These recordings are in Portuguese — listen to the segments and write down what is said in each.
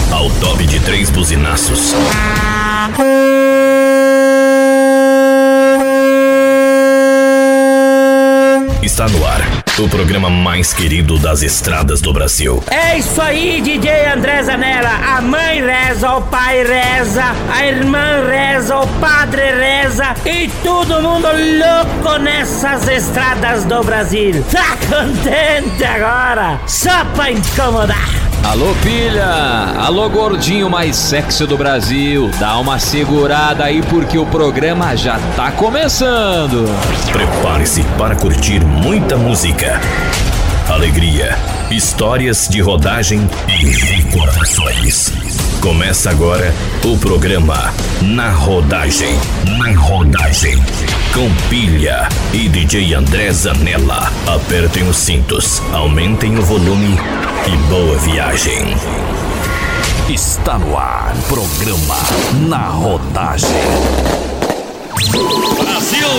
ao top de 3 buzinaços. Está no ar o programa mais querido das estradas do Brasil. É isso aí, DJ André Zanella. A mãe reza, o pai reza, a irmã reza, o padre reza e todo mundo louco nessas estradas do Brasil. Tá contente agora? Só pra incomodar. Alô, pilha! Alô, gordinho mais sexy do Brasil! Dá uma segurada aí porque o programa já tá começando! Prepare-se para curtir muita música, alegria, histórias de rodagem e recordações. Começa agora o programa Na Rodagem. Na Rodagem. Com Pilha e DJ André Zanella. Apertem os cintos, aumentem o volume e boa viagem. Está no ar, programa Na Rodagem. Brasil!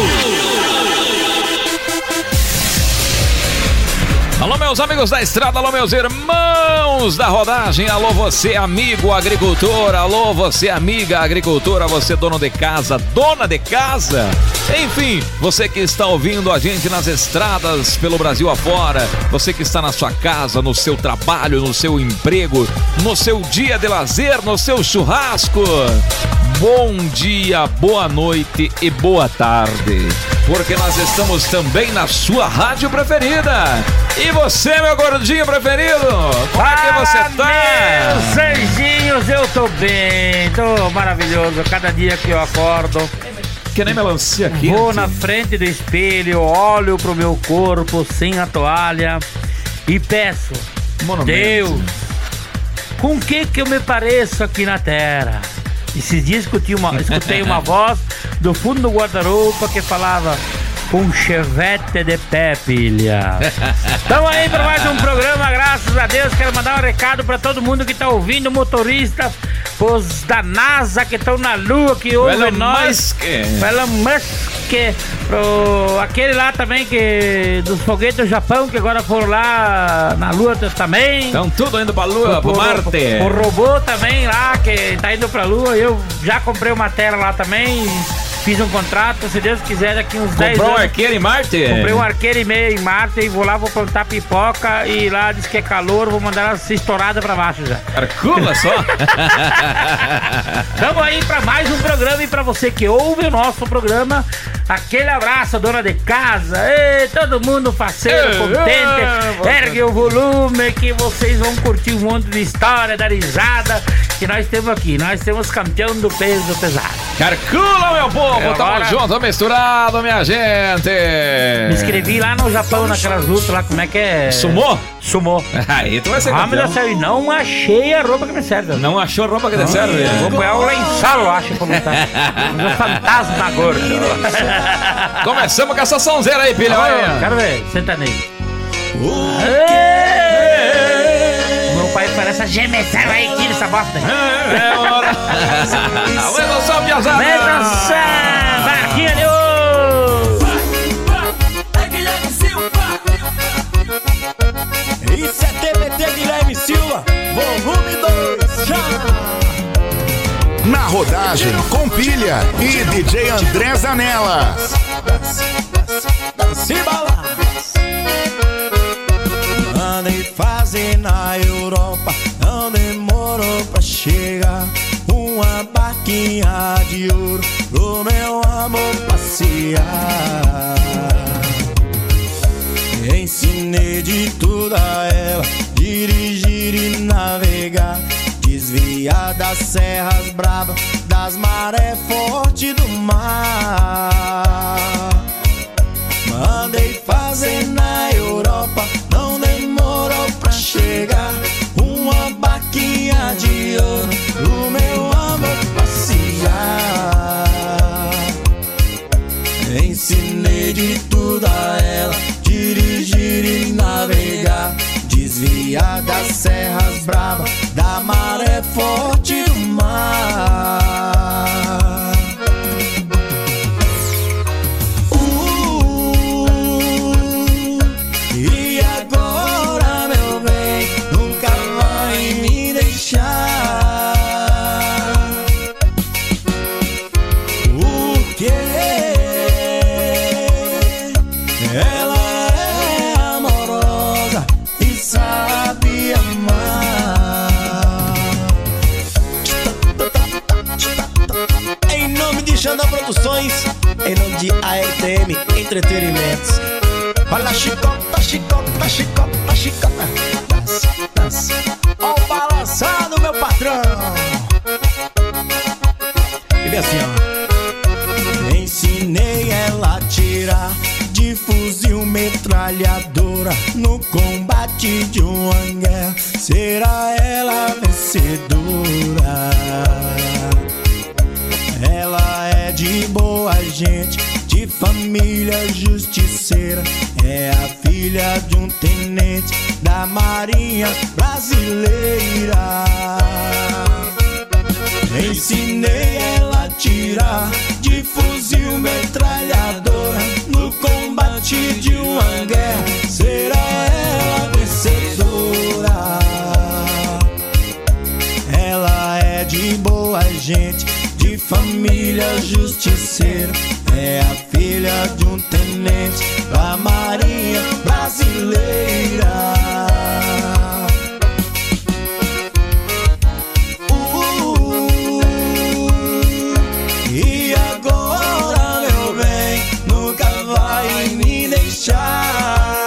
Alô, meus amigos da estrada, alô, meus irmãos da rodagem, alô, você, amigo agricultor, alô, você, amiga agricultora, você, dono de casa, dona de casa, enfim, você que está ouvindo a gente nas estradas pelo Brasil afora, você que está na sua casa, no seu trabalho, no seu emprego, no seu dia de lazer, no seu churrasco. Bom dia, boa noite e boa tarde, porque nós estamos também na sua rádio preferida. E você, meu gordinho preferido, como é que você tá? Meus anjinhos, eu tô bem, tô maravilhoso. Cada dia que eu acordo, que nem melancia aqui. Vou na frente do espelho, olho pro meu corpo sem a toalha e peço, Deus, com que eu me pareço aqui na terra? Esses dias escutei uma voz do fundo do guarda-roupa que falava: um chevette de pé, pilha. Estamos aí para mais um programa, graças a Deus. Quero mandar um recado para todo mundo que tá ouvindo, motorista, os da NASA que estão na Lua, que ouvem nós. Elon Musk, aquele lá também dos foguetes do Japão, que agora foram lá na Lua também. Estão tudo indo pra Lua, pro Marte. O robô também lá, que tá indo pra Lua. Eu já comprei uma tela lá também. Fiz um contrato, se Deus quiser, daqui uns 10 anos. Comprou um arqueiro em Marte? Comprei um arqueiro e meio em Marte e vou lá, vou plantar pipoca e lá diz que é calor, vou mandar ela estourada pra baixo já. Arcula só! Estamos aí pra mais um programa e pra você que ouve o nosso programa, aquele abraço, dona de casa, todo mundo faceiro, contente, ergue o volume que vocês vão curtir um monte de história, da risada que nós temos aqui. Nós temos campeão do peso pesado. Calcula, meu povo! Tamo junto, misturado, minha gente! Me inscrevi lá no Japão, naquelas lutas lá, como é que é? Sumô? Sumô. Aí tu vai ser campeão. Não achei a roupa que me serve. Não achou a roupa que me serve? Vou pôr o lençol, eu acho, pra lutar. Meu fantasma gordo. Começamos com essa sonzeira aí, pilha. Quero ver, senta nele. Meu pai parece a gemessão aí, tira essa bosta. É hora. Aumenta só, piazada. Aumenta só, Marquinhos de ouro. Isso é TBT Guilherme Silva, volume 2, já! Na Rodagem, com Pilha e DJ André Zanella. Se balança. Andei fazendo na Europa, não demorou pra chegar. Uma barquinha de ouro pro meu amor passear. Ensinei de tudo a ela, dirigir e navegar, desviar das serras bravas, das marés fortes do mar. Mandei fazer na Europa, não demorou pra chegar. Uma barquinha de ouro pro meu amor passear. Ensinei de tudo a ela, dirigir e navegar, desviar das serras bravas, da maré forte do mar. E agora, meu bem, nunca vai me deixar. Produções, em nome de ARTM Entretenimentos. Olha a chicota, chicota, chicota, chicota. Dança, dança. Ó o balançado, meu patrão. E vem assim, ó. Ensinei ela a tirar de fuzil metralhadora no combate de uma guerra. Será ela a vencedora? Ela é de boa gente, de família justiceira. É a filha de um tenente da Marinha Brasileira. Ensinei ela a tirar de fuzil metralhadora no combate de uma guerra. Será ela a vencedora? Ela é de boa gente, de família justiceira. É a filha de um tenente da Marinha Brasileira. E agora, meu bem, nunca vai me deixar.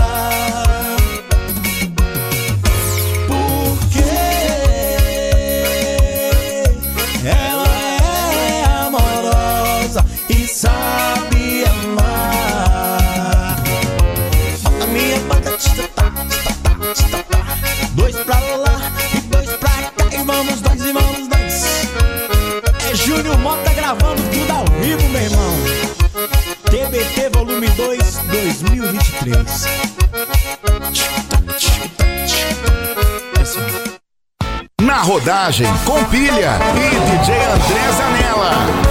Sabe amar. A minha banda dois pra lá e dois pra cá. E vamos dois, e vamos dois. É Júnior Mota gravando tudo ao vivo, meu irmão. TBT Volume 2, 2023. Na rodagem, com Pilha e DJ André Zanella.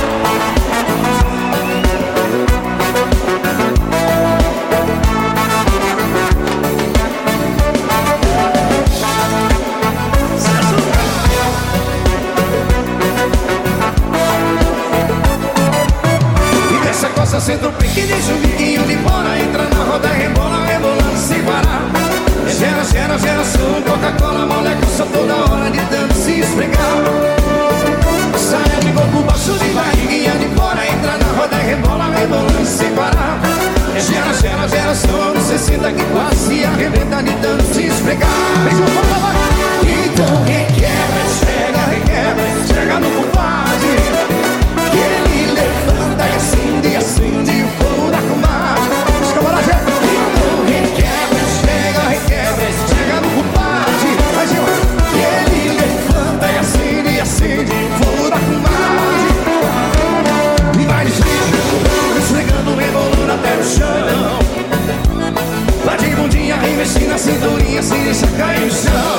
Senta o pique, deixa o biquinho de fora. Entra na roda, rebola, rebolando sem parar. Gera, gera, geração, Coca-Cola, moleque, toda hora de tanto se esfregar. Saia de corpo baixo, de barriguinha de fora. Entra na roda, rebola, rebolando sem parar. Gera, gera, geração, anos 60 que quase se arrebenta de tanto se esfregar. Então requebra, chega, requebra, chega no compadre. Que ele levanta e acende o fogo da comadre. Os camaradas, então requebra, chega no compadre. Que ele levanta e acende o fogo da comadre. E vai esfregando, rebolando até o chão. Vai de bundinha, remexendo na cinturinha, sem deixar cair no chão.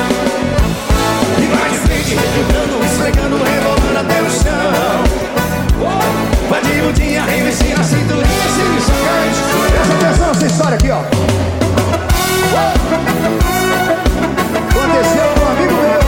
E vai de frente, esfregando, rebolando até o chão. Vai de bundinha, remexendo na cinturinha, sem deixar cair no chão. Presta atenção nessa história aqui, ó. Aconteceu com um amigo meu.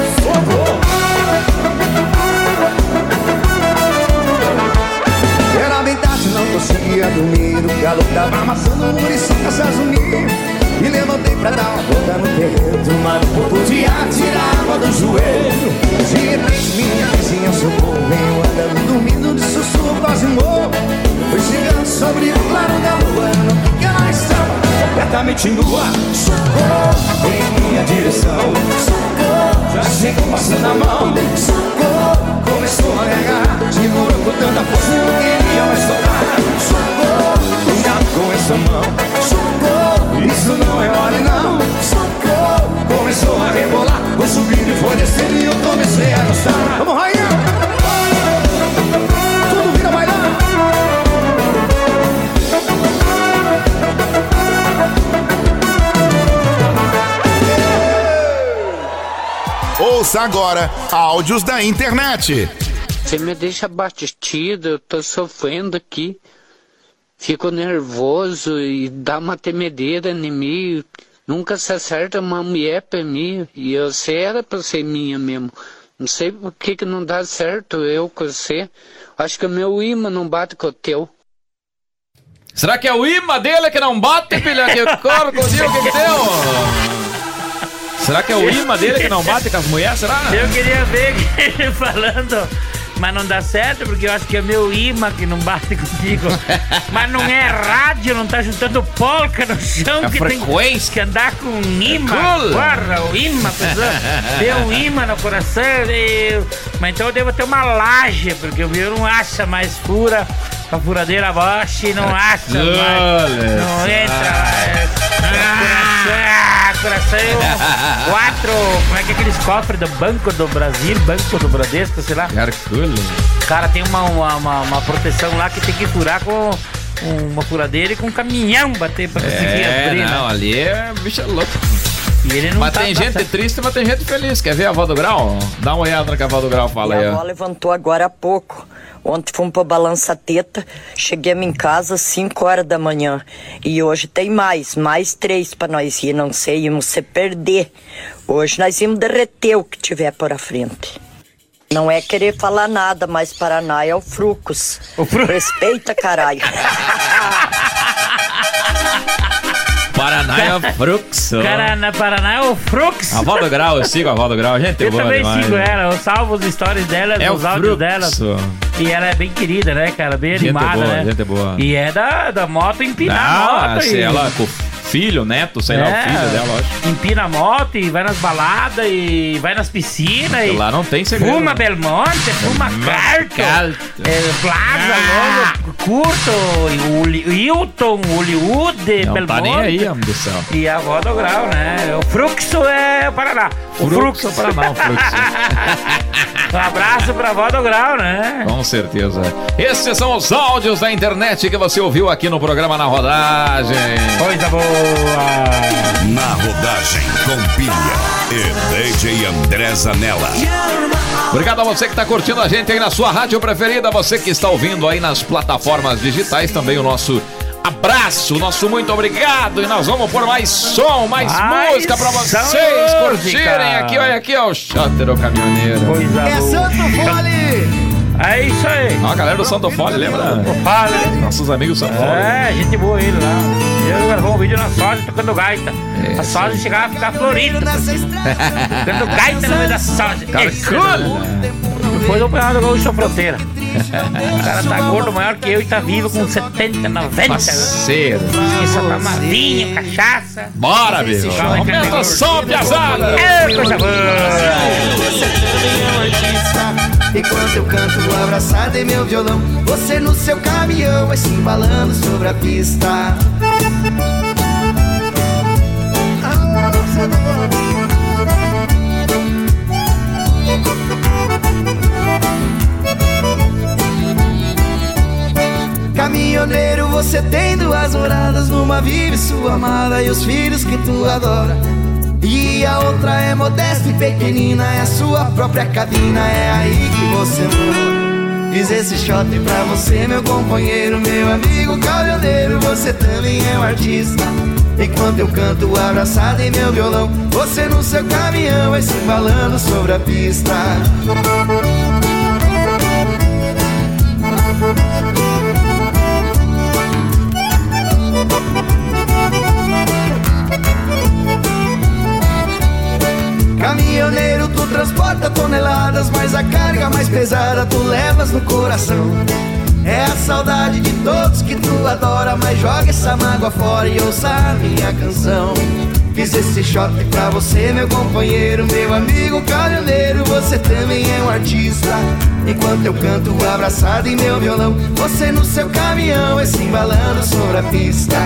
Era bem tarde, não conseguia dormir. O galo tava amassando o muriçoca pra se zumir. Me levantei pra dar uma volta no terreno, tomar um pouco de ar, tirar a água do joelho. De repente minha vizinha socorro, veio andando, dormindo de sussurro, quase morro. Fui chegando sobre o claro da lua, eu não vi que ela estava completamente nua. Socorro, em minha direção. Socorro, já chegou passando a mão. Socorro, começou a negar, segurou com tanta força que não queria mais soltar. Socorro, cuidado com essa mão. Socorro, isso não é mole não. Socorro, começou a rebolar, foi subindo e foi descendo e eu comecei a gostar. Vamos, rainha! Tudo vira bailar. Ouça agora áudios da internet. Você me deixa batida, eu tô sofrendo aqui. Fico nervoso e dá uma tremedeira em mim. Nunca se acerta uma mulher pra mim. E eu sei, era pra ser minha mesmo. Não sei por que não dá certo eu com você. Acho que o meu imã não bate com o teu. Será que é o imã dele que não bate, filha? Que corpo, o que deu? Será que é o imã dele que não bate com as mulheres? Será? Eu queria ver ele falando mas não dá certo porque eu acho que é meu imã que não bate contigo. Mas não é rádio, não tá juntando polca no chão, A que frequência. tem que andar com imã. Cool. Porra, o imã, pessoal. Deu um imã no coração. Mas então eu devo ter uma laje, porque o meu não acha mais fura. Com a furadeira Bosch não acha mais. Não entra mais. Coração 4. Como é que é aqueles cofres do Banco do Brasil, Banco do Bradesco, sei lá. Cara, tem uma proteção lá que tem que furar com uma furadeira e com um caminhão bater pra conseguir abrir. Não, ali é bicho louco. E ele não Mas tá tem gente certo. triste, mas tem gente feliz. Quer ver a avó do Grau? Dá uma olhada no que a avó do Grau fala aí, Minha avó ó. levantou agora há pouco. Ontem fomos pra Balança Teta, chegamos em casa às 5 horas da manhã. E hoje tem mais 3 pra nós ir, não sei, íamos se perder. Hoje nós íamos derreter o que tiver por a frente. Não é querer falar nada, mas Paraná é o Frucos. Respeita, caralho. Paraná é o Fruxo. Paraná é o Frux. A avó do Grau, eu sigo a avó do Grau. Gente Eu boa também demais. sigo ela, eu salvo as histórias dela, É os o áudios Fruxo. dela. E ela é bem querida, né, cara? Bem Gente animada, boa, né? gente boa. E é da moto empinar a moto. Se e... ela com filho, neto, sei lá, o filho dela, eu acho. Empina a moto e vai nas baladas e vai nas piscinas. E Lá não tem segredo. fuma Belmonte, fuma Carto, Plaza, Longo, Curto, o Hilton, Hollywood, Não Belmonte. tá nem aí, homem do céu. E a avó do Grau, né? O Fruxo é o Paraná. O Fruxo é o Paraná, o Fruxo. Um abraço pra avó do Grau, né? Com certeza. Esses são os áudios da internet que você ouviu aqui no programa Na Rodagem. Coisa boa. Na Rodagem com Pilha e DJ André Zanella. Obrigado a você que está curtindo a gente aí na sua rádio preferida, você que está ouvindo aí nas plataformas digitais, também o nosso abraço, nosso muito obrigado. E nós vamos por mais som, mais música pra vocês curtirem aqui. Olha aqui, ó, o Shotter, o caminhoneiro. Coisa É boa. Santo Fole! É isso aí. Ó, a galera do Santo Fole, lembra? Fala. Nossos amigos do Santo Fole. É, gente boa ele lá. Eu gravou um vídeo na Soja tocando gaita. A Soja chegava a ficar florida. Tocando gaita no meio da Soja. Depois eu peguei no Gaúcho Fronteira. O cara tá gordo maior que eu e tá vivo com 70, 90. Parceiro. E só toma vinho, cachaça. Bora, bicho. Aumenta o som, piazada. É, coisa boa. Enquanto eu canto abraçado em meu violão, você no seu caminhão vai se embalando sobre a pista. Caminhoneiro, você tem 2 moradas, numa vive sua amada e os filhos que tu adora. E a outra é modesta e pequenina, é a sua própria cabina, é aí que você mora. Fiz esse shot pra você, meu companheiro, meu amigo caminhoneiro, você também é um artista. Enquanto eu canto abraçado em meu violão, você no seu caminhão vai se embalando sobre a pista. Caminhoneiro, tu transporta toneladas, mas a carga mais pesada tu levas no coração. É a saudade de todos que tu adora, mas joga essa mágoa fora e ouça a minha canção. Fiz esse shot pra você, meu companheiro, meu amigo caminhoneiro, você também é um artista. Enquanto eu canto abraçado em meu violão, você no seu caminhão vai se embalando sobre a pista.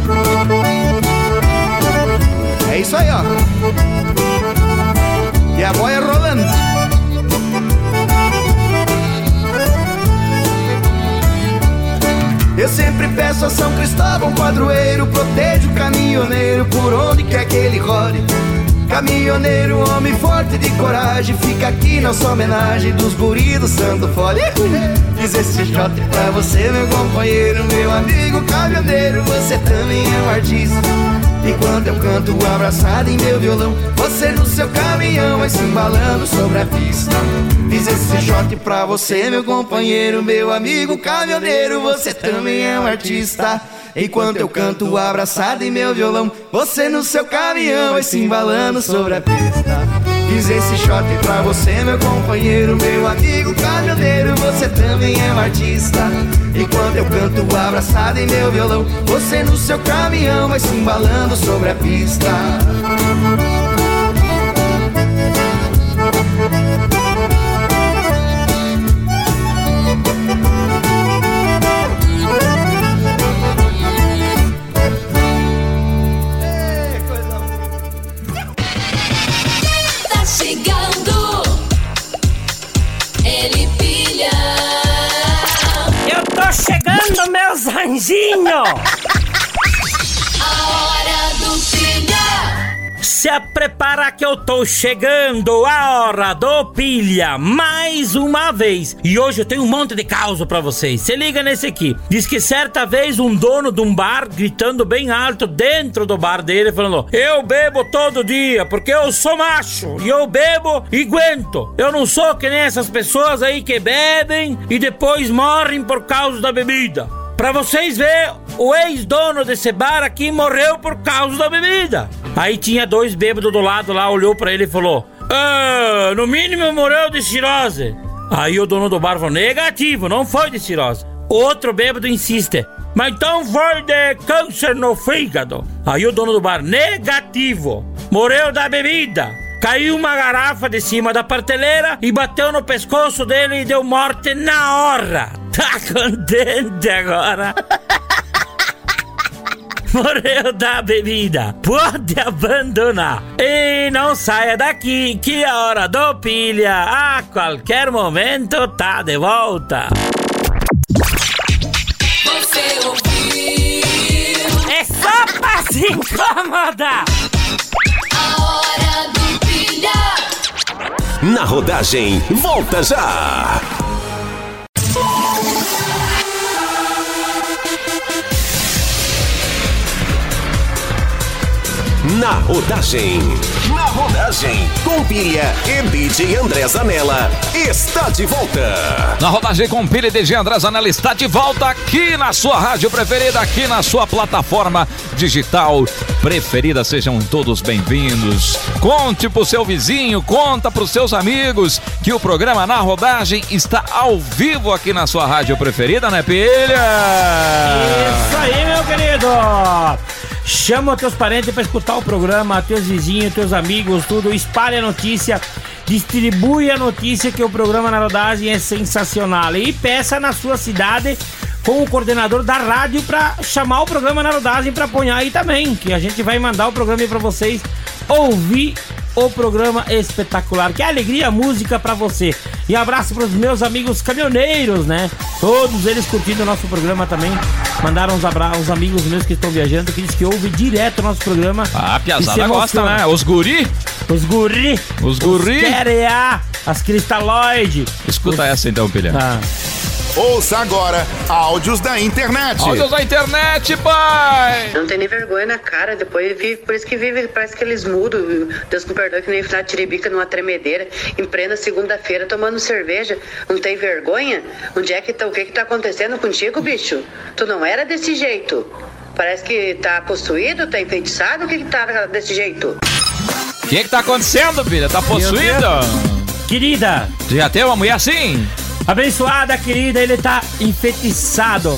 É isso aí, ó. E a boia rolando. Eu sempre peço a São Cristóvão padroeiro, proteja o caminhoneiro por onde quer que ele role. Caminhoneiro, homem forte de coragem, fica aqui nossa homenagem dos guris do Santo Fole. Fiz esse shot pra você, meu companheiro, meu amigo caminhoneiro, você também é um artista. Enquanto eu canto abraçado em meu violão, você no seu caminhão vai se embalando sobre a pista. Fiz esse shot pra você, meu companheiro, meu amigo caminhoneiro, você também é um artista. Enquanto eu canto abraçado em meu violão, você no seu caminhão vai se embalando sobre a pista. Fiz fiz esse shot pra você, meu companheiro, meu amigo caminhoneiro. Você também é um artista. Enquanto eu canto abraçado em meu violão, você no seu caminhão vai se embalando sobre a pista. Tá chegando Ele Pilha. Eu tô chegando, meus anjinhos. A hora do Pilha. Se prepara que eu tô chegando, a hora do Pilha, mais uma vez. E hoje eu tenho um monte de causa pra vocês. Se liga nesse aqui. Diz que certa vez um dono de um bar gritando bem alto dentro do bar dele, falando: eu bebo todo dia porque eu sou macho e eu bebo e aguento. Eu não sou que nem essas pessoas aí que bebem e depois morrem por causa da bebida. Pra vocês verem, o ex-dono desse bar aqui morreu por causa da bebida. Aí tinha dois bêbados do lado lá, olhou pra ele e falou: no mínimo morreu de cirrose. Aí o dono do bar falou: negativo, não foi de cirrose. Outro bêbado insiste: mas então foi de câncer no fígado. Aí o dono do bar: negativo, morreu da bebida. Caiu uma garrafa de cima da prateleira e bateu no pescoço dele e deu morte na hora. Tá contente agora? Morreu da bebida. Pode abandonar. E não saia daqui, que a hora do Pilha a qualquer momento tá de volta. Você ouviu? É só pra se incomodar. A hora do Pilha. Na Rodagem, volta já! Na Rodagem. Na Rodagem, com Pilha e DJ André Zanella está de volta. Na Rodagem com Pilha e DJ André Zanella está de volta aqui na sua rádio preferida, aqui na sua plataforma digital preferida. Sejam todos bem-vindos. Conte pro seu vizinho, conta pros seus amigos que o programa Na Rodagem está ao vivo aqui na sua rádio preferida, né, Pilha? Isso aí, meu querido! Chama os teus parentes pra escutar o programa, teus vizinhos, teus amigos, tudo. Espalhe a notícia, distribui a notícia que o programa Na Rodagem é sensacional. E peça na sua cidade com o coordenador da rádio pra chamar o programa Na Rodagem pra apoiar aí também, que a gente vai mandar o programa aí pra vocês ouvir o programa espetacular, que é alegria, música pra você. E abraço pros meus amigos caminhoneiros, né? Todos eles curtindo o nosso programa também. Mandaram uns amigos meus que estão viajando, que diz que ouve direto o nosso programa. Ah, a piazada gosta, né? Os guri. Os guri. Os guri. Os Kerea, as Cristaloide. Escuta essa então, Pilha. Ah. Ouça agora áudios da internet. Áudios da internet, pai! Não tem nem vergonha na cara, depois vive, por isso que vive, parece que eles mudam. Deus me perdoe, que nem na tiribica numa tremedeira, em plena segunda-feira, tomando cerveja. Não tem vergonha? Onde é que tá, o que tá acontecendo contigo, bicho? Tu não era desse jeito. Parece que tá possuído, tá enfeitiçado, o que tá desse jeito? O que tá acontecendo, filha? Tá possuído? Querida, já tem uma mulher assim? Abençoada, querida, ele tá enfeitiçado.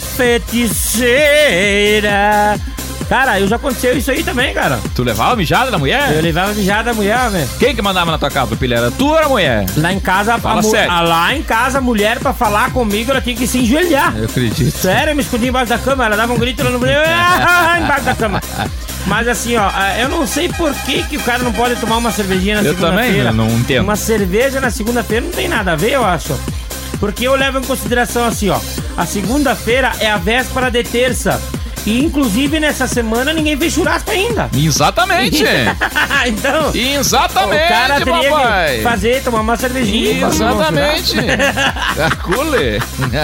Feiticeira. Cara, eu já aconteceu isso aí também, cara. Tu levava mijada da mulher? Eu levava mijada da mulher, velho. Quem que mandava na tua casa, Pilha? Era tu ou era a mulher? Lá em casa, lá em casa, a mulher, pra falar comigo, ela tinha que se enjoelhar. Eu acredito. Sério, eu me escondi embaixo da cama, ela dava um grito, ela não podia. Embaixo da cama. Mas assim, ó, eu não sei por que o cara não pode tomar uma cervejinha na segunda-feira. Eu também não entendo. Uma cerveja na segunda-feira não tem nada a ver, eu acho. Porque eu levo em consideração assim, ó, a segunda-feira é a véspera de terça. E inclusive nessa semana ninguém fez churrasco ainda. Exatamente. Então, exatamente, o cara teria papai. que fazer, tomar uma cervejinha. Exatamente. Cule.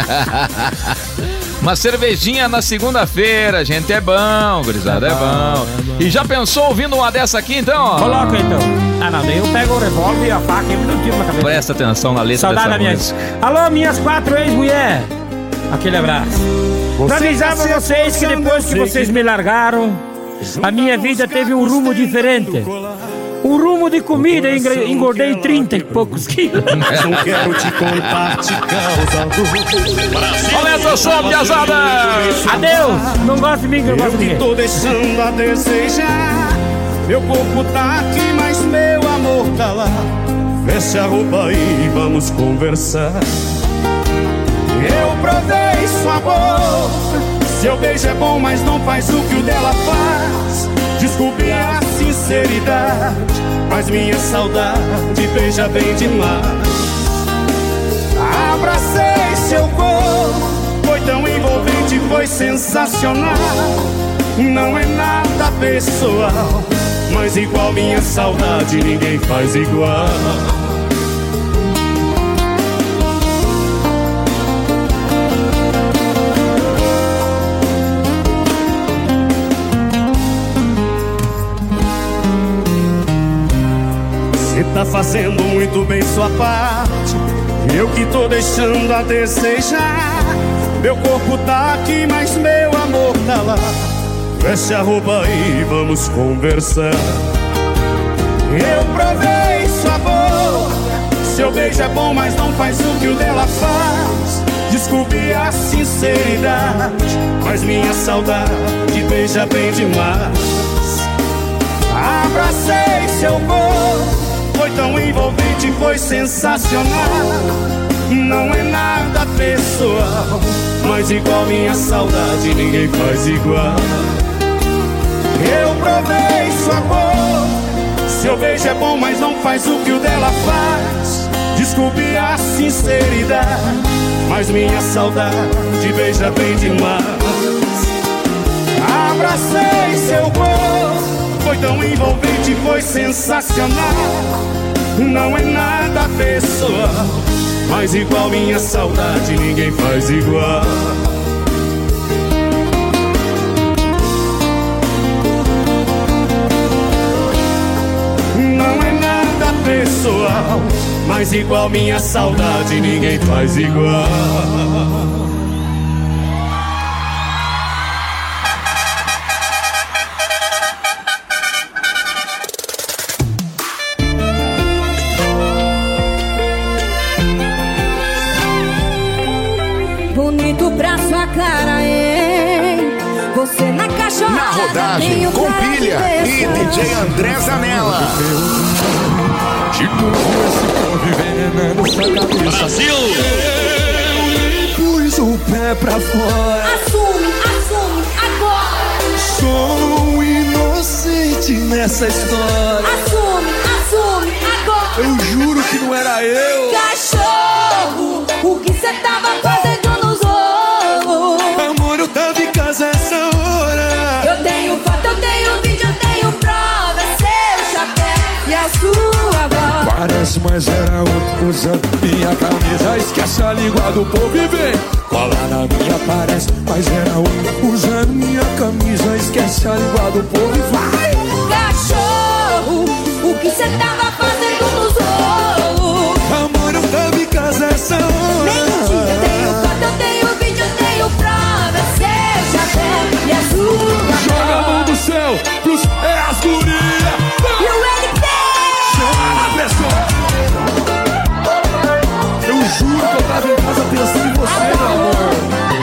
Uma cervejinha na segunda-feira, gente, é bom, gurizada, é bom. E já pensou ouvindo uma dessa aqui, então? Coloca, então. Ah, não, daí eu pego o revólver e a faca e eu me dou um tiro na cabeça. Presta atenção na letra dessa música. Alô, minhas 4 ex-mulher. Aquele abraço. Pra avisar pra vocês que depois que vocês me largaram, a minha vida teve um rumo diferente. um rumo de comida, engordei 30 e poucos quilos. Mas não quero te contar, te causando. Aumenta o som, piazada! Adeus! Não gosto de mim, que eu gosto de ninguém. Tô deixando a desejar. Meu corpo tá aqui, mas meu amor tá lá. Veste a roupa e vamos conversar. Eu provei sua boca. Seu beijo é bom, mas não faz o que o dela faz. Desculpe a sinceridade, mas minha saudade beija bem demais. Abracei seu corpo, foi tão envolvente, foi sensacional. Não é nada pessoal, mas igual minha saudade ninguém faz igual. Tá fazendo muito bem sua parte, eu que tô deixando a desejar. Meu corpo tá aqui, mas meu amor tá lá. Veste a roupa e vamos conversar. Eu provei sua boca. Seu beijo é bom, mas não faz o que o dela faz. Desculpe a sinceridade, mas minha saudade beija bem demais. Abracei seu corpo, foi tão envolvente, foi sensacional. Não é nada pessoal, mas igual minha saudade ninguém faz igual. Eu provei sua boca. Seu beijo é bom, mas não faz o que o dela faz. Desculpe a sinceridade, mas minha saudade beija bem demais. Abracei seu corpo, foi tão envolvente, foi sensacional. Não é nada pessoal, mas igual minha saudade ninguém faz igual. Não é nada pessoal, mas igual minha saudade ninguém faz igual. Na rodagem com Pilha e DJ André Zanella. Brasil! Eu pus o pé pra fora. Assume agora. Sou inocente nessa história. Assume agora. Eu juro que não era eu. Cachorro, o que cê tava fazendo nos ovos? Amor, eu tava em casa essa hora. Eu tenho foto, eu tenho vídeo, eu tenho prova. Seu chapéu e a sua voz. Parece, mas era outro usando minha camisa. Esquece a língua do povo e vem. Cola na minha, parece, mas era outro usando minha camisa. Esquece a língua do povo e vai. Cachorro, o que cê tava fazendo nos ovos? Amor, eu tava em casa essa hora. Mentira, eu tenho foto, eu tenho vídeo, eu tenho prova. Seu chapéu e a sua voz. Joga a mão do céu pros as gurias. E o LP. Chama a pessoa. Eu juro que eu tava em casa pensando em você, meu amor.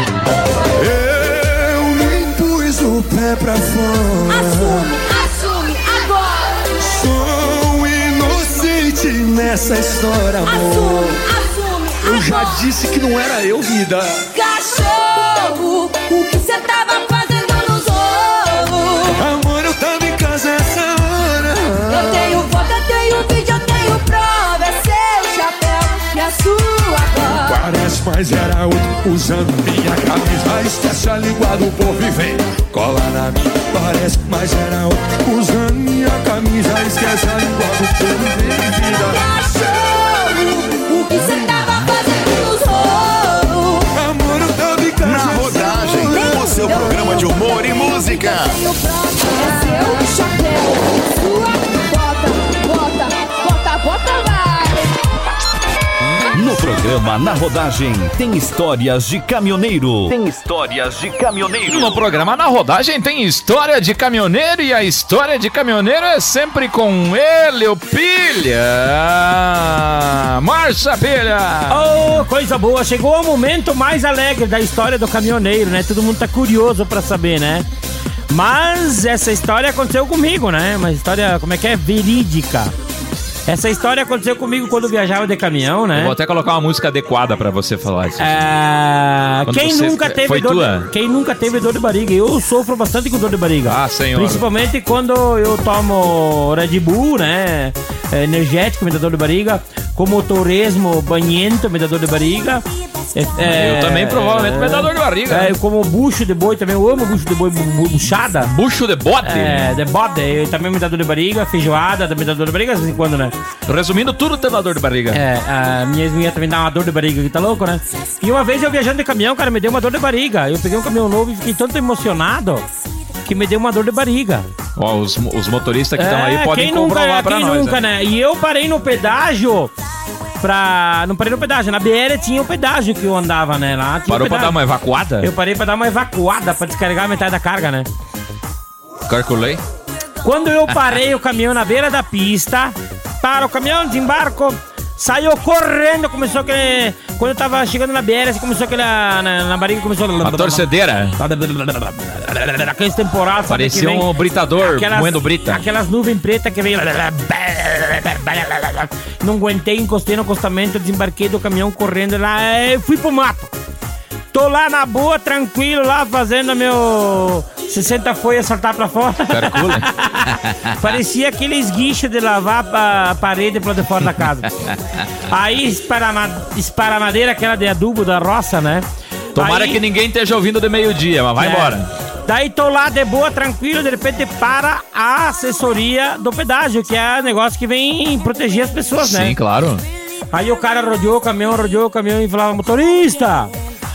Eu nem pus o pé pra fora. Assume agora. Sou inocente nessa história, amor. Assume eu já disse que não era eu, vida. Cachorro, o que cê tava fazendo nos ovos? Amor, eu tava em casa essa hora. Eu tenho foto, eu tenho vídeo, eu tenho prova. É seu chapéu e a sua voz. Parece, mas era outro usando minha camisa. Esquece a língua do povo e vem. Cola na minha. Parece, mas era outro usando minha camisa. Esquece a língua do povo e vem, vida. Cachorro, o que cê tava fazendo nos ovos? Amor, eu tava em casa. Na rodagem, o seu programa de humor e música. Tenho prova, é seu chapéu e a sua bota, vai. No programa Na Rodagem tem histórias de caminhoneiro. No programa Na Rodagem tem história de caminhoneiro e a história de caminhoneiro é sempre com ele, o Pilha. Marcha, Pilha! Oh, coisa boa. Chegou o momento mais alegre da história do caminhoneiro, né? Todo mundo tá curioso pra saber, né? Mas essa história aconteceu comigo, né? Uma história, como é que é? Verídica. Essa história aconteceu comigo quando eu viajava de caminhão, né? Eu vou até colocar uma música adequada pra você falar isso. Quem nunca teve dor de barriga? Eu sofro bastante com dor de barriga. Ah, senhor. Principalmente quando eu tomo Red Bull, né? Energético, me dá dor de barriga. Como torresmo banhento, me dá dor de barriga. Eu também provavelmente me dá dor de barriga. Eu como bucho de boi também. Eu amo bucho de boi buchada. Bucho de bode? De bode. Eu também me dá dor de barriga. Feijoada também dá dor de barriga de vez em quando, né? Resumindo, tudo tem dor de barriga. A minha ex-mulher também dá uma dor de barriga aqui, tá louco, né? E uma vez eu viajando de caminhão, cara, me deu uma dor de barriga. Eu peguei um caminhão novo e fiquei tanto emocionado que me deu uma dor de barriga. Ó, os motoristas que estão aí podem comprovar pra nós. Nunca, né? E eu parei no pedágio não parei no pedágio, na BR tinha o pedágio que eu andava, né? Lá parou pra dar uma evacuada? Eu parei pra dar uma evacuada, pra descarregar a metade da carga, né? Calculei. Quando eu parei o caminhão na beira da pista, para o caminhão, desembarco, saiu correndo, começou aquele... Quando eu tava chegando na BR, assim, começou aquele... Na barriga começou... A torcedeira. Aqueles temporal, sabe? Parecia um britador, moendo brita. Aquelas nuvens pretas que vem... Não aguentei, encostei no acostamento, desembarquei do caminhão correndo lá, fui pro mato. Tô lá na boa, tranquilo, lá fazendo meu 60 folhas saltar pra fora. Calcula. Parecia aquele esguicho de lavar a parede pro lado de fora da casa. Aí esparamadeira, aquela de adubo da roça, né? Tomara que ninguém esteja ouvindo de meio-dia, mas vai embora. Daí tô lá de boa, tranquilo, de repente para a assessoria do pedágio, que é negócio que vem proteger as pessoas, né? Sim, claro. Aí o cara rodeou o caminhão e falava: motorista!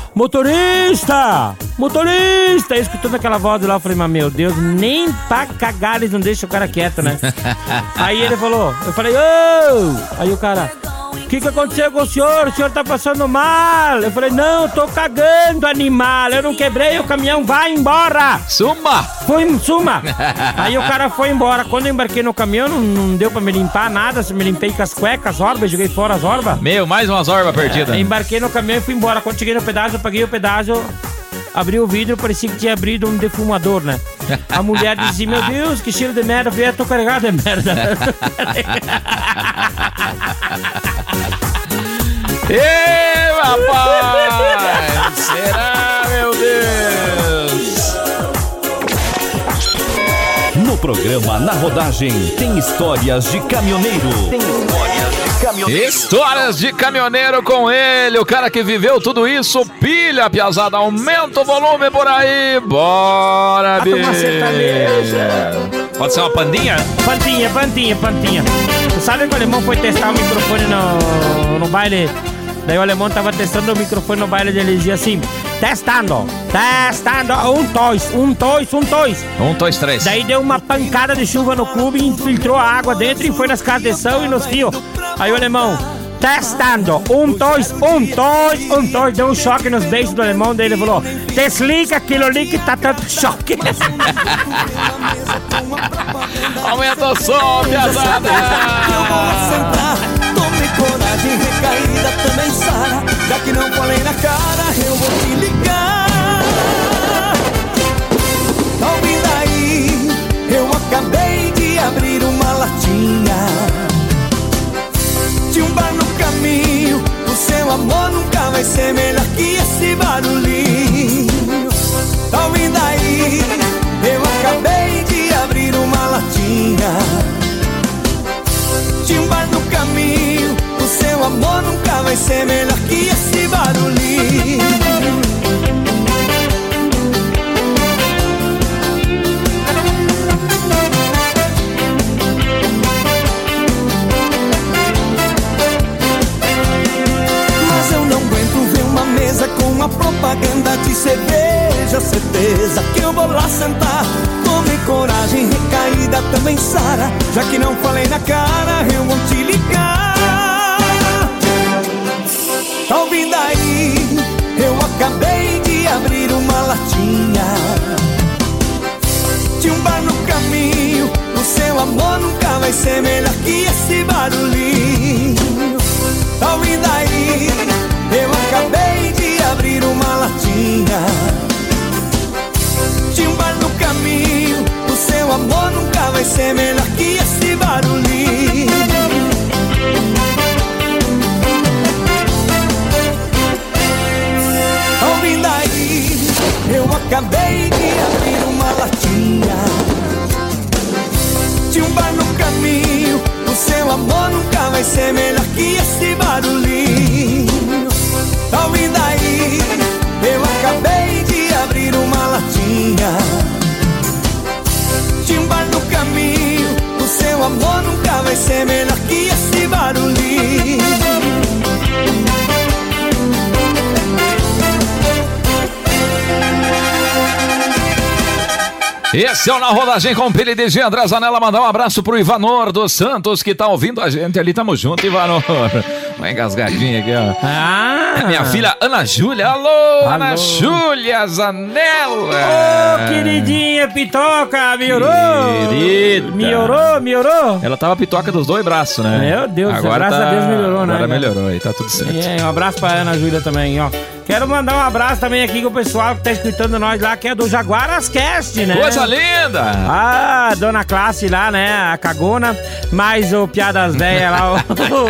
Escutando aquela voz lá, eu falei: mas meu Deus, nem pra cagar eles não deixam o cara quieto, né? Aí ele falou, eu falei: ô! Aí o cara: o que aconteceu com o senhor? O senhor tá passando mal? Eu falei: não, tô cagando, animal. Eu não quebrei o caminhão, vai embora. Suma. Suma. Aí o cara foi embora. Quando eu embarquei no caminhão, não deu pra me limpar nada. Me limpei com as cuecas, as orbas, joguei fora as orbas. Mais umas orbas perdidas. Embarquei no caminhão e fui embora. Quando cheguei no pedágio, eu paguei o pedágio, abri o vidro, parecia que tinha abrido um defumador, né? A mulher dizia: meu Deus, que cheiro de merda. Eu falei: tô carregado de merda. Ei, rapaz! Será, meu Deus? No programa Na Rodagem tem histórias de caminhoneiro. Histórias de caminhoneiro com ele, o cara que viveu tudo isso. Pilha, piazada, aumenta o volume por aí. Bora, bicho. Pode ser uma pandinha? Pandinha. Tu sabe que o alemão foi testar o microfone no baile? Daí o alemão tava testando o microfone no baile dele e dizia assim: testando, 1, 2, 1, 2, 3. Daí deu uma pancada de chuva no clube, infiltrou a água dentro e foi nas casas de som e nos fios. Aí o alemão: testando, 1, 2, deu um choque nos beijos do alemão. Daí ele falou: desliga aquilo ali que tá tanto choque. Aumenta o som, piazada. Eu vou assentar, tome coragem, recaída também sara. Já que não falei na cara, eu vou te ligar. Ouve daí, eu acabei de abrir uma latinha de um bar no caminho. O seu amor nunca vai ser melhor que esse barulhinho. Ouve daí, eu acabei de abrir uma latinha de um bar no caminho. O seu amor nunca vai ser melhor que esse barulhinho. Mas eu não aguento ver uma mesa com uma propaganda de cerveja. Certeza que eu vou lá sentar. Tome coragem, recaída também sara. Já que não falei na cara, eu vou te ligar. latinha. Tinha um bar no caminho, o seu amor nunca vai ser melhor que esse barulhinho. Tá ouvindo aí? Eu acabei de abrir uma latinha. Tinha um bar no caminho, o seu amor nunca vai ser melhor que esse barulhinho. Tá ouvindo aí? Eu acabei de abrir uma latinha. Tinha um bar no caminho, o seu amor nunca vai ser melhor que esse barulhinho. Tá ouvindo aí? Eu acabei de abrir uma latinha. Tinha um bar no caminho, o seu amor nunca vai ser melhor que esse barulhinho. Esse é o Na Rodagem com Pilha de André Zanella. Mandar um abraço pro Ivanor dos Santos, que tá ouvindo a gente ali. Tamo junto, Ivanor. Uma engasgadinha aqui, ó. Minha filha Ana Júlia. Alô, Ana Júlia Zanella. Ô, queridinha Pitoca, melhorou? Querida. Melhorou? Ela tava pitoca dos dois braços, né? Meu Deus, agora graças a Deus melhorou, né? Agora melhorou aí, tá tudo certo. Um abraço pra Ana Júlia também, ó. Quero mandar um abraço também aqui com o pessoal que tá escutando nós lá, que é do Jaguaras Cast, né? Coisa linda! Ah, dona Classe lá, né? A cagona. Mais o Piadas Velhas lá,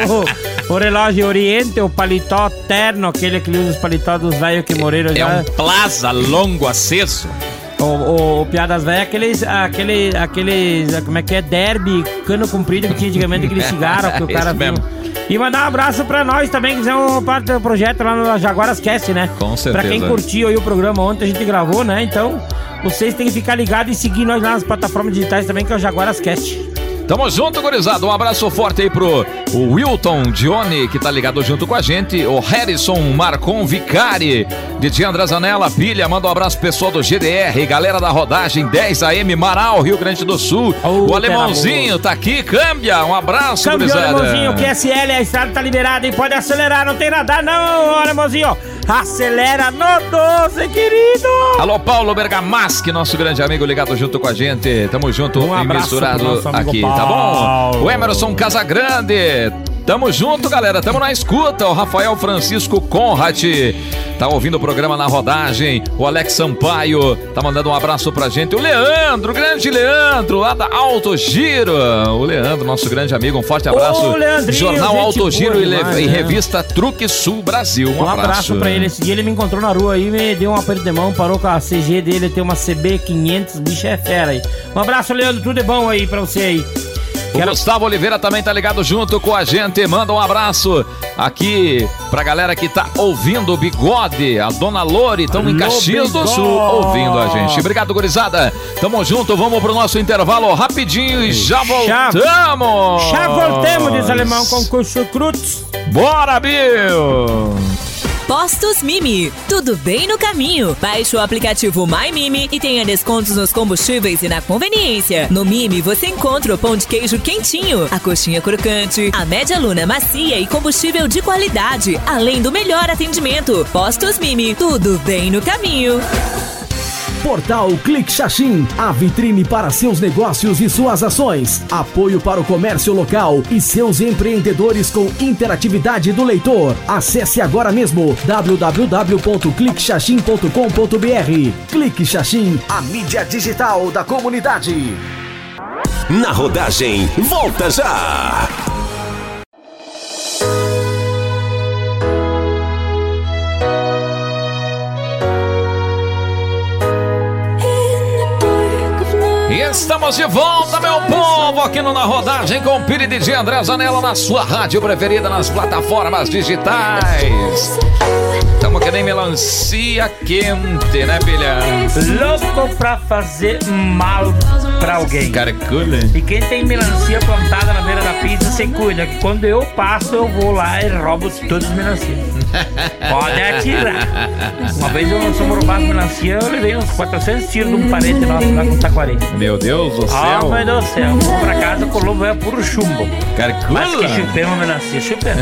o relógio Oriente, o paletó terno, aquele que usa os paletó dos velhos que morreram já. É um plaza longo aceso. O Piadas Velhas, aqueles, como é que é? Derby, cano comprido que tinha antigamente, aquele cigarro que o cara viu. E mandar um abraço pra nós também, que fizemos parte do projeto lá no Jaguaras Cast, né? Com certeza. Pra quem curtiu aí o programa ontem, a gente gravou, né? Então, vocês têm que ficar ligados e seguir nós lá nas plataformas digitais também, que é o Jaguaras Cast. Tamo junto, gurizada. Um abraço forte aí pro Wilton Dione, que tá ligado junto com a gente. O Harrison Marcon Vicari, DJ André Zanella, Pilha. Manda um abraço pro pessoal do GDR, galera da Rodagem 10 AM, Marau, Rio Grande do Sul. O Alemãozinho tá aqui, câmbia. Um abraço, gurizada. Alemãozinho, QSL, a estrada tá liberada e pode acelerar, não tem radar não, Alemãozinho. Acelera no 12, querido. Alô, Paulo Bergamaschi, nosso grande amigo ligado junto com a gente. Tamo junto e misturado aqui, tá bom? O Emerson Casagrande. Tamo junto, galera. Tamo na escuta. O Rafael Francisco Conrad tá ouvindo o programa Na Rodagem. O Alex Sampaio tá mandando um abraço pra gente. O Leandro, grande Leandro, lá da Alto Giro. O Leandro, nosso grande amigo. Um forte abraço. Ô, Jornal Alto Giro demais, e né? Revista Truque Sul Brasil. Um abraço pra ele. Esse dia ele me encontrou na rua aí, me deu um aperto de mão, parou com a CG dele, tem uma CB500, bicho é fera aí. Um abraço, Leandro, tudo de bom aí pra você aí. O Gustavo Oliveira também tá ligado junto com a gente. Manda um abraço aqui pra galera que tá ouvindo o Bigode. A Dona Lore, estão em Caxias do Sul ouvindo a gente. Obrigado, gurizada. Tamo junto, vamos pro nosso intervalo rapidinho e já voltamos. Já voltamos, diz Alemão, com curso Cruz. Bora, Bill! Postos Mimi, tudo bem no caminho. Baixe o aplicativo My Mimi e tenha descontos nos combustíveis e na conveniência. No Mimi você encontra o pão de queijo quentinho, a coxinha crocante, a média luna macia e combustível de qualidade, além do melhor atendimento. Postos Mimi, tudo bem no caminho. Portal Clique Xaxim, a vitrine para seus negócios e suas ações. Apoio para o comércio local e seus empreendedores com interatividade do leitor. Acesse agora mesmo www.cliquexaxim.com.br. Clique Xaxim, a mídia digital da comunidade. Na Rodagem, volta já! Estamos de volta, meu povo, aqui no Na Rodagem com Piri DJ André Zanella na sua rádio preferida, nas plataformas digitais. Tamo que nem melancia quente, né, filha? Louco pra fazer mal pra alguém. Caracula. E quem tem melancia plantada na beira da pista, você cuida, que quando eu passo, eu vou lá e roubo todas as melancias. Pode atirar. Uma vez eu sou roubado de melancia, eu levei uns 400 tiros de um parente nosso lá com Taquari. Meu Deus do céu. Ah, meu Deus do céu. Vou pra casa, colombo é puro chumbo. Caracula. Mas que chupei uma melancia, chupei.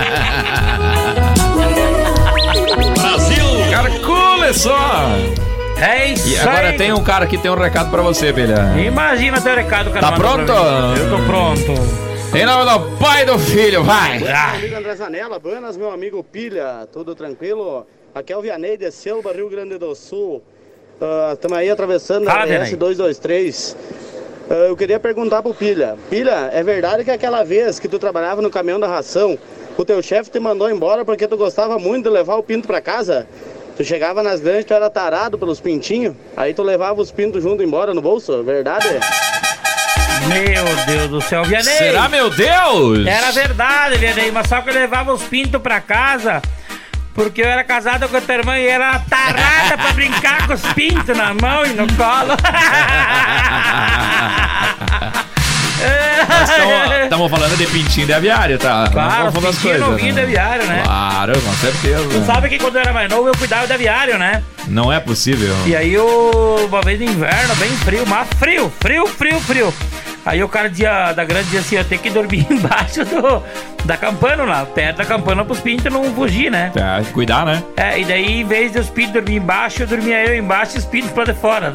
Brasil! Caracula só! É isso. E agora tem um cara que tem um recado pra você, Pilha. Imagina teu recado, cara. Tá pronto? Eu tô pronto. Em nome do pai e do filho, vai! Meu amigo André Zanella, buenas, meu amigo Pilha, tudo tranquilo? Aqui é o Vianney de Selva, Rio Grande do Sul. Estamos aí atravessando a RS-223. Eu queria perguntar pro Pilha. Pilha, é verdade que aquela vez que tu trabalhava no caminhão da ração, o teu chefe te mandou embora porque tu gostava muito de levar o pinto pra casa? Tu chegava nas grandes, tu era tarado pelos pintinhos, aí tu levava os pintos junto embora no bolso, verdade? Meu Deus do céu, Vianney! Será, meu Deus? Era verdade, Vianney, mas só que eu levava os pintos pra casa porque eu era casado com a tua irmã e era tarada pra brincar com os pintos na mão e no colo. Estamos falando de pintinho de aviário, tá? Claro, pintinho novinho de aviário, né? Claro, com certeza. Tu sabe que quando eu era mais novo eu cuidava de aviário, né? Não é possível. E aí uma vez no inverno, bem frio, mas frio. Aí o cara da grande dizia assim, eu tenho que dormir embaixo da campana lá, perto da campana pros pintos não fugir, né? É, cuidar, né? E daí em vez de os pintos dormir embaixo, eu dormia eu embaixo e os pintos pra de fora.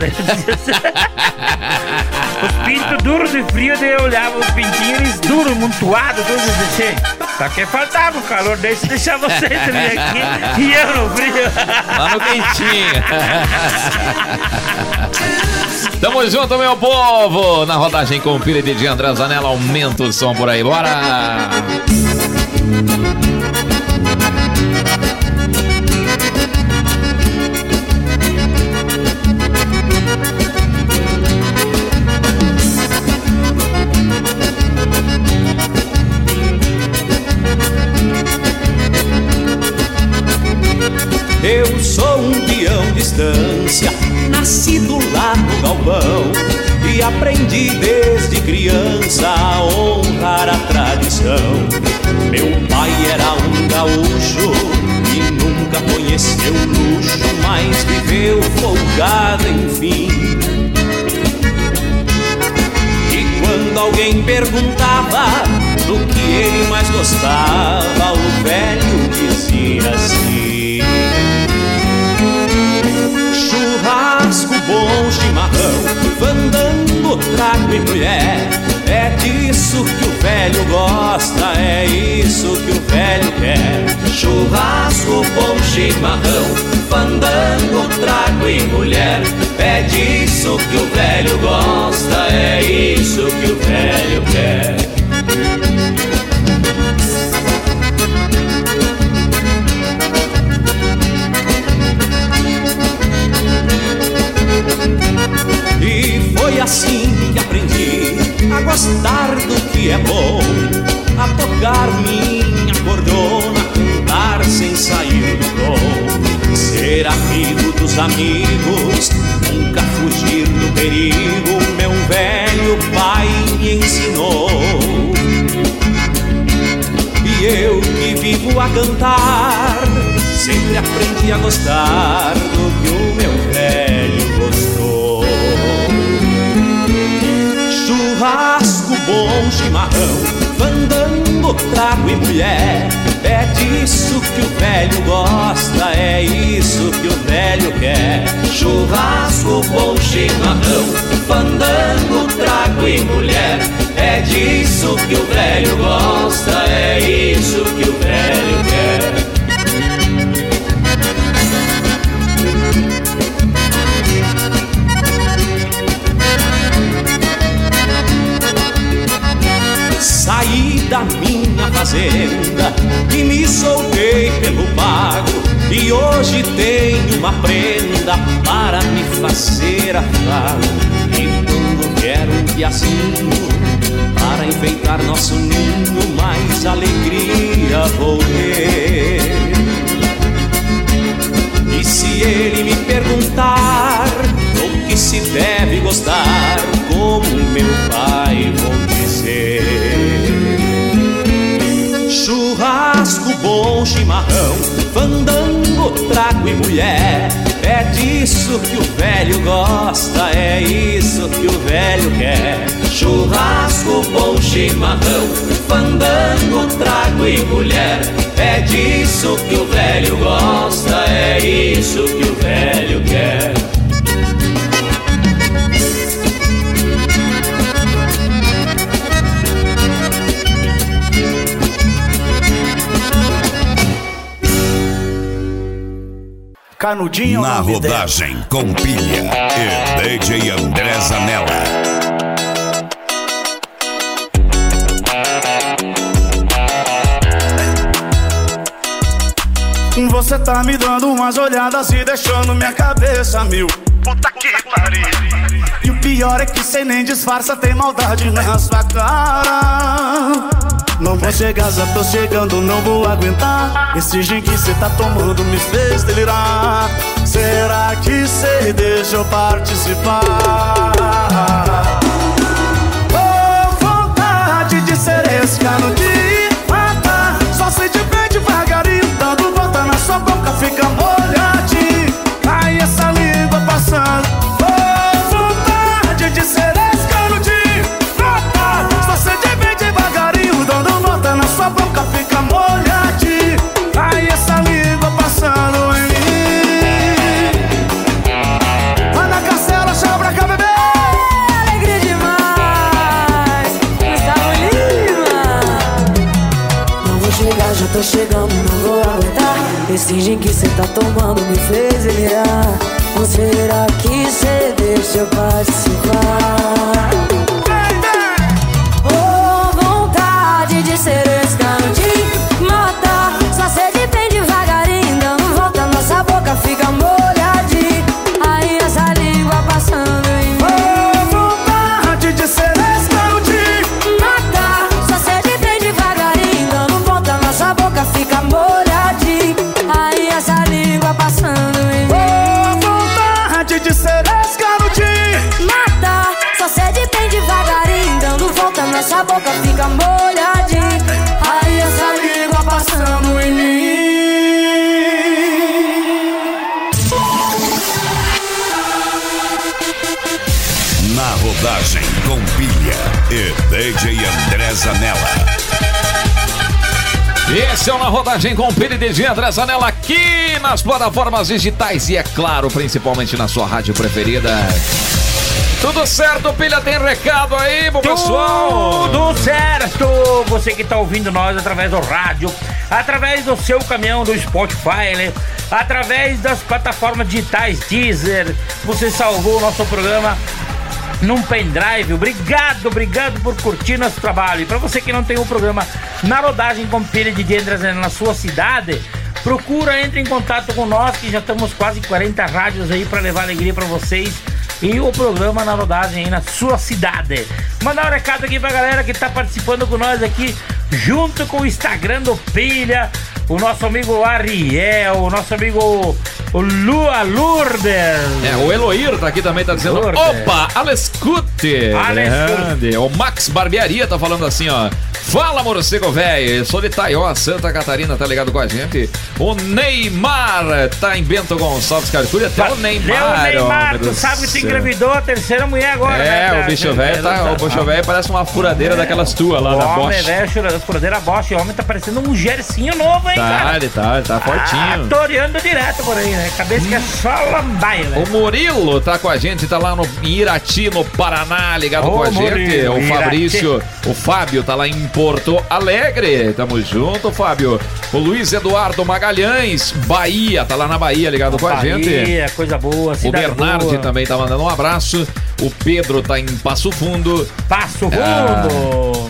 Os pintos duros e frios, daí eu olhava os pintinhos, eles duros, montuados, todos assim. Só que faltava o calor, deixar vocês dormir aqui e eu no frio. Lá no quentinho. Tamo junto, meu povo! Na rodagem com o Pilha e DJ André Zanella, aumenta o som por aí, bora! Eu sou um peão de estância, nascido lá no galpão, e aprendi desde criança a honrar a tradição. Meu pai era um gaúcho e nunca conheceu luxo, mas viveu folgado, enfim. E quando alguém perguntava do que ele mais gostava, o velho dizia assim: churrasco, bom chimarrão, fandango, trago e mulher. É disso que o velho gosta, é isso que o velho quer. Churrasco, bom chimarrão, fandango, trago e mulher. É disso que o velho gosta, é isso que o velho quer. E foi assim que aprendi a gostar do que é bom, a tocar minha cordona, cantar sem sair do tom, ser amigo dos amigos, nunca fugir do perigo. Meu velho pai me ensinou, e eu que vivo a cantar, sempre aprendi a gostar do que o meu velho gostou. Churrasco, bom chimarrão, fandango, trago e mulher. É disso que o velho gosta, é isso que o velho quer. Churrasco, bom chimarrão, fandango, trago e mulher. É disso que o velho gosta, é isso que o velho quer. Saí da minha fazenda e me soltei pelo pago, e hoje tenho uma prenda para me fazer afago. E quando quero um piazinho para enfeitar nosso ninho, mais alegria vou ter. E se ele me perguntar o que se deve gostar, como meu pai vou dizer: churrasco, bom chimarrão, fandango, trago e mulher. É disso que o velho gosta, é isso que o velho quer. Churrasco, bom chimarrão, fandango, trago e mulher. É disso que o velho gosta, é isso que o velho quer. Canudinho na rodagem com pilha e DJ André Zanella. Você tá me dando umas olhadas e deixando minha cabeça mil. Puta que pariu. E o pior é que cê nem disfarça, tem maldade na sua cara. Não vou chegar, já tô chegando, não vou aguentar. Esse gin que cê tá tomando me fez delirar. Será que cê deixa eu participar? Oh, vontade de ser esse canudinho, mata. Só sei de bem devagarinho, dando volta na sua boca, fica molhadinho. Aí essa língua passando. Oh, vontade de ser esse canudinho, mata. Só sei de bem devagarinho, dando volta na sua boca, fica molhadinho. Aí essa língua passando em mim. Vai na cancela, chama pra cá, bebê. Alegria demais, Gustavo Lima. Não vou chegar, já tô chegando, não vou aguentar. Esse gin que cê tá tomando me fez delirar. Ou será que cê deixa eu participar? Oh, vontade de ser esse canudinho, mata. Só sede bem devagarinho, dando volta, nossa boca fica molhadinha. Aí essa língua passando em mim. Oh, vontade de ser esse canudinho, mata. Só sede bem devagarinho, dando volta, nossa boca fica molhadinha. Aí essa língua passando em mim. Oh, vontade de ser esse canudinho, mata. Só sede bem devagarinho, dando volta, nossa boca fica molhadinha. Aí essa língua passando em mim. Na rodagem com pilha e DJ André Zanella. Esse é o Na Rodagem com pilha e DJ André Zanella aqui nas plataformas digitais e, é claro, principalmente na sua rádio preferida. Tudo certo, pilha? Tem recado aí pro pessoal? Tudo certo! Você que tá ouvindo nós através do rádio, através do seu caminhão do Spotify, né? Através das plataformas digitais Deezer, você salvou o nosso programa num pendrive. Obrigado por curtir nosso trabalho. E pra você que não tem o programa Na Rodagem com pilha e DJ André Zanella na sua cidade, procura, entre em contato com nós, que já estamos quase 40 rádios aí pra levar alegria pra vocês. E o programa Na Rodagem aí na sua cidade. Mandar um recado aqui pra galera que tá participando com nós aqui, junto com o Instagram do Pilha, o nosso amigo Ariel, o nosso amigo o Lourdes. É, o Eloir tá aqui também, tá dizendo: Lourdes. Opa, Alescute. Grande. O Max Barbearia tá falando assim, ó: fala, morcego velho, sou de Taió, Santa Catarina, tá ligado com a gente. O Neymar tá em Bento Gonçalves, cara, cuida até o Neymar. O Neymar, tu sabe que tu engravidou a terceira mulher agora, né? Tá, o bicho velho tá, o bicho velho parece uma furadeira daquelas tuas lá da Bosch. Homem velho, furadeira Bosch, o homem tá parecendo um gercinho novo, hein, cara? Ele tá fortinho. Toreando direto por aí, né? Cabeça que é só lambaia, né? O Murilo tá com a gente, tá lá em Irati, no Paraná, ligado com a gente. O Fabrício, o Fábio tá lá em Porto Alegre. Tamo junto, Fábio. O Luiz Eduardo Magalhães, Bahia, tá lá na Bahia, ligado com a gente. Bahia, coisa boa, cidade O Bernardi boa. também tá mandando um abraço. O Pedro tá em Passo Fundo. Passo Fundo!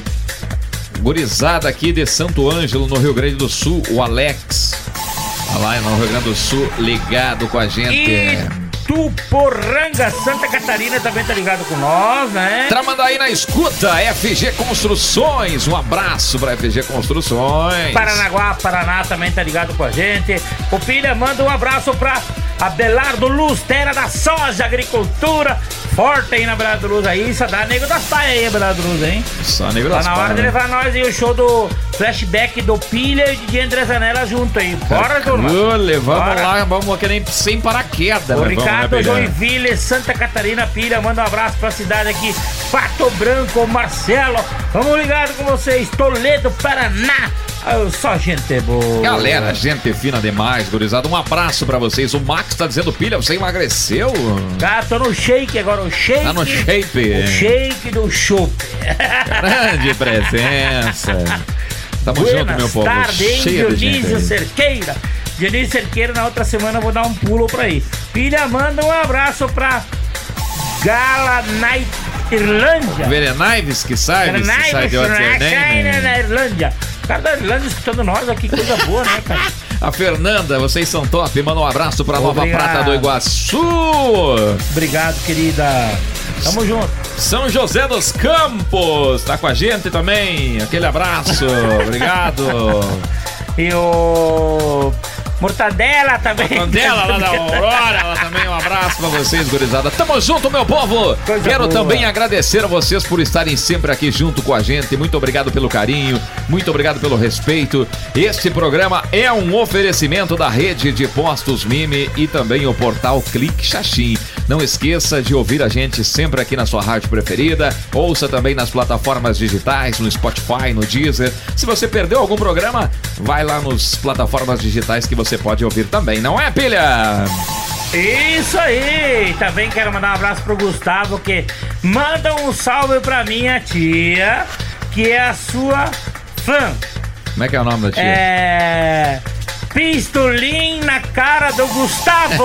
Gurizada aqui de Santo Ângelo, no Rio Grande do Sul, o Alex. Tá lá no Rio Grande do Sul, ligado com a gente. E Tuporanga, Santa Catarina, também tá ligado com nós, né? Tramandaí na escuta, FG Construções. Um abraço pra FG Construções. Paranaguá, Paraná também tá ligado com a gente. O Pilha manda um abraço pra Abelardo Luz, terra da soja, agricultura. Forte aí na Abelardo Luz aí, isso dá nego das paias aí, Abelardo Luz, hein? Só nego tá das na hora paias, de levar nós aí o show do flashback do Pilha e de André Zanella junto aí. Bora, turma. Vamos lá, vamos que nem sem paraquedas. O Ricardo Joinville, Santa Catarina, Pilha, manda um abraço pra cidade aqui, Pato Branco, Marcelo. Vamos ligado com vocês, Toledo, Paraná. Só gente boa. Galera, gente fina demais, gurizada. Um abraço pra vocês. O Max tá dizendo: Pilha, você emagreceu? Ah, tô no shake agora, o shake. Tá no shape. O shake do chopp. Grande presença. Tamo Buenas junto, meu povo. tarde, Cheio de Dionísio gente. Cerqueira, Genil Cerqueira, na outra semana eu vou dar um pulo pra isso. Pilha, manda um abraço pra Gala Night Irlândia. Verenaives que sai de na Irlândia. O cara da Irlândia escutando nós aqui, coisa boa, né, cara? A Fernanda, vocês são top. Manda um abraço pra Nova Prata do Iguaçu. Obrigado, querida. Tamo junto. São José dos Campos tá com a gente também. Aquele abraço. Obrigado. E o Mortadela também. Mortadela lá da Aurora, lá também. Um abraço pra vocês, gurizada. Tamo junto, meu povo. Quero também agradecer a vocês por estarem sempre aqui junto com a gente. Muito obrigado pelo carinho, muito obrigado pelo respeito. Este programa é um oferecimento da rede de postos Mimi e também o portal Clique Xaxim. Não esqueça de ouvir a gente sempre aqui na sua rádio preferida. Ouça também nas plataformas digitais, no Spotify, no Deezer. Se você perdeu algum programa, vai lá nas plataformas digitais que você pode ouvir também, não é, Pilha? Isso aí! Também quero mandar um abraço pro Gustavo, que manda um salve pra minha tia, que é a sua fã. Como é que é o nome da tia? Pistolim na cara do Gustavo!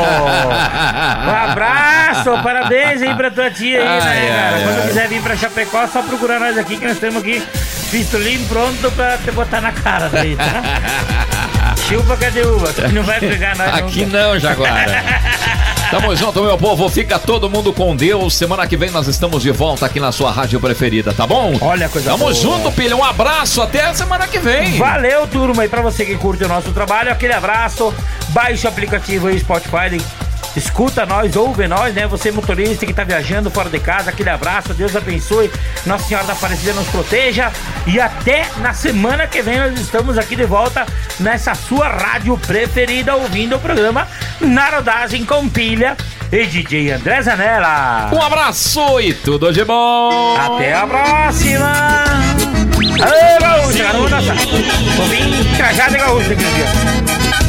Um abraço, parabéns aí pra tua tia aí, né, cara? Quando quiser vir pra Chapecó, é só procurar nós aqui, que nós temos aqui pistolim pronto pra te botar na cara daí, tá? Chupa, cadê uva? Que não vai pegar nós aqui nunca. Não, Jaguara. Tamo junto, meu povo. Fica todo mundo com Deus. Semana que vem nós estamos de volta aqui na sua rádio preferida, tá bom? Olha a coisa Tamo boa. junto, Pilha. Um abraço. Até a semana que vem. Valeu, turma. E pra você que curte o nosso trabalho, aquele abraço. Baixe o aplicativo aí, Spotify. Escuta nós, ouve nós, né? Você motorista que tá viajando fora de casa, aquele abraço. Deus abençoe. Nossa Senhora da Aparecida nos proteja. E até na semana que vem nós estamos aqui de volta nessa sua rádio preferida, ouvindo o programa Na Rodagem com Pilha e DJ André Zanella. Um abraço e tudo de bom. Até a próxima. Aê, gaúcha, garota. Vou vir trajado de gaúcha aqui no dia.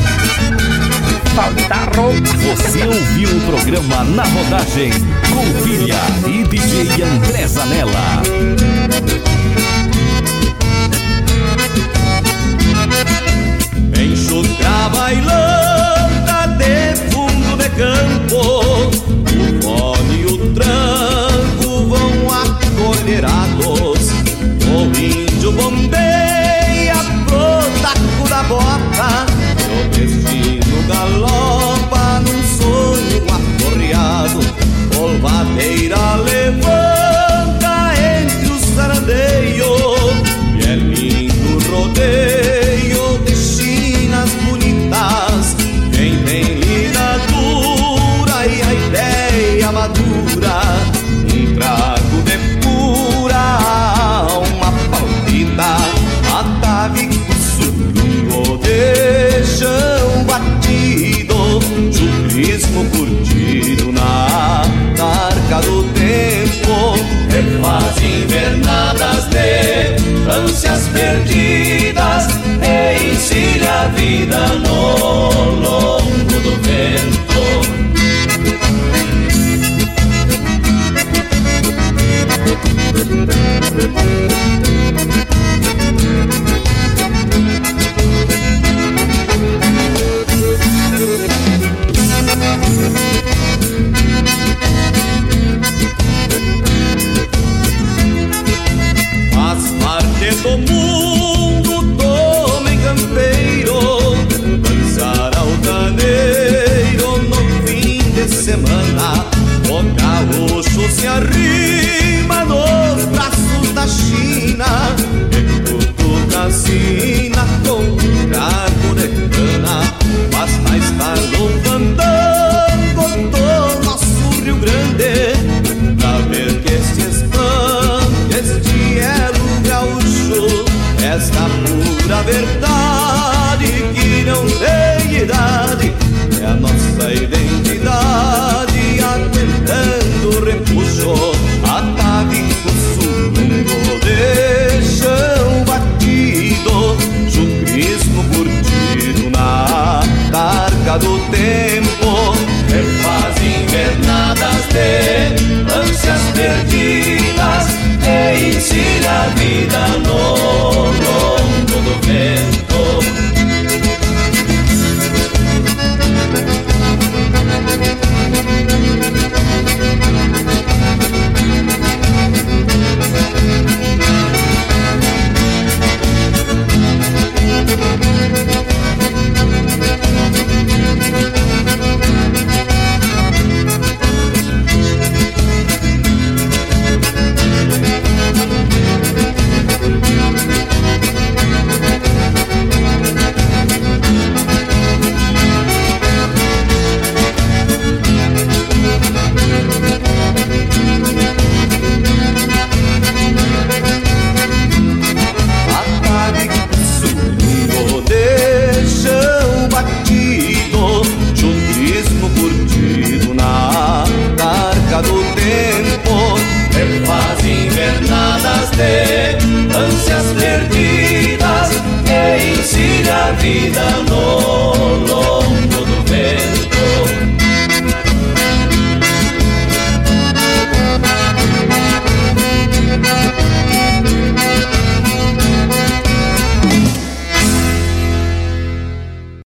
Você ouviu o programa Na Rodagem com Pilha e DJ André Zanella. Enxugar bailanta de fundo de campo, o fone e o tranco vão acolherados. O índio bombeia pro taco da bota, o destino galopa num sonho acorreado. Polvadeira levanta entre os sarandeios, e é lindo rodeio de chinas bonitas. Quem tem lida dura e a ideia madura, um trago de pura alma palpita. Atavico surungo de chão batido, chucrismo curtido na tarca do tempo. Refaz invernadas de ânsias perdidas e ensina a vida no longo do vento. Faz parte do mundo, homem campeiro, dançar altaneiro no fim de semana. O gaúcho se arrima nos braços da China, e cutuca sina com um cargo de cana. Mas mais tarde um fandango do nosso Rio Grande, pra ver que se espanta este elo gaúcho, esta pura verdade que não tem idade, é a nossa identidade aguentando o repuxo. Atavico surungo de chão batido, chucrismo curtido na targa do tempo. Refaz invernadas de ânsias perdidas e ensina a vida no longo do vento.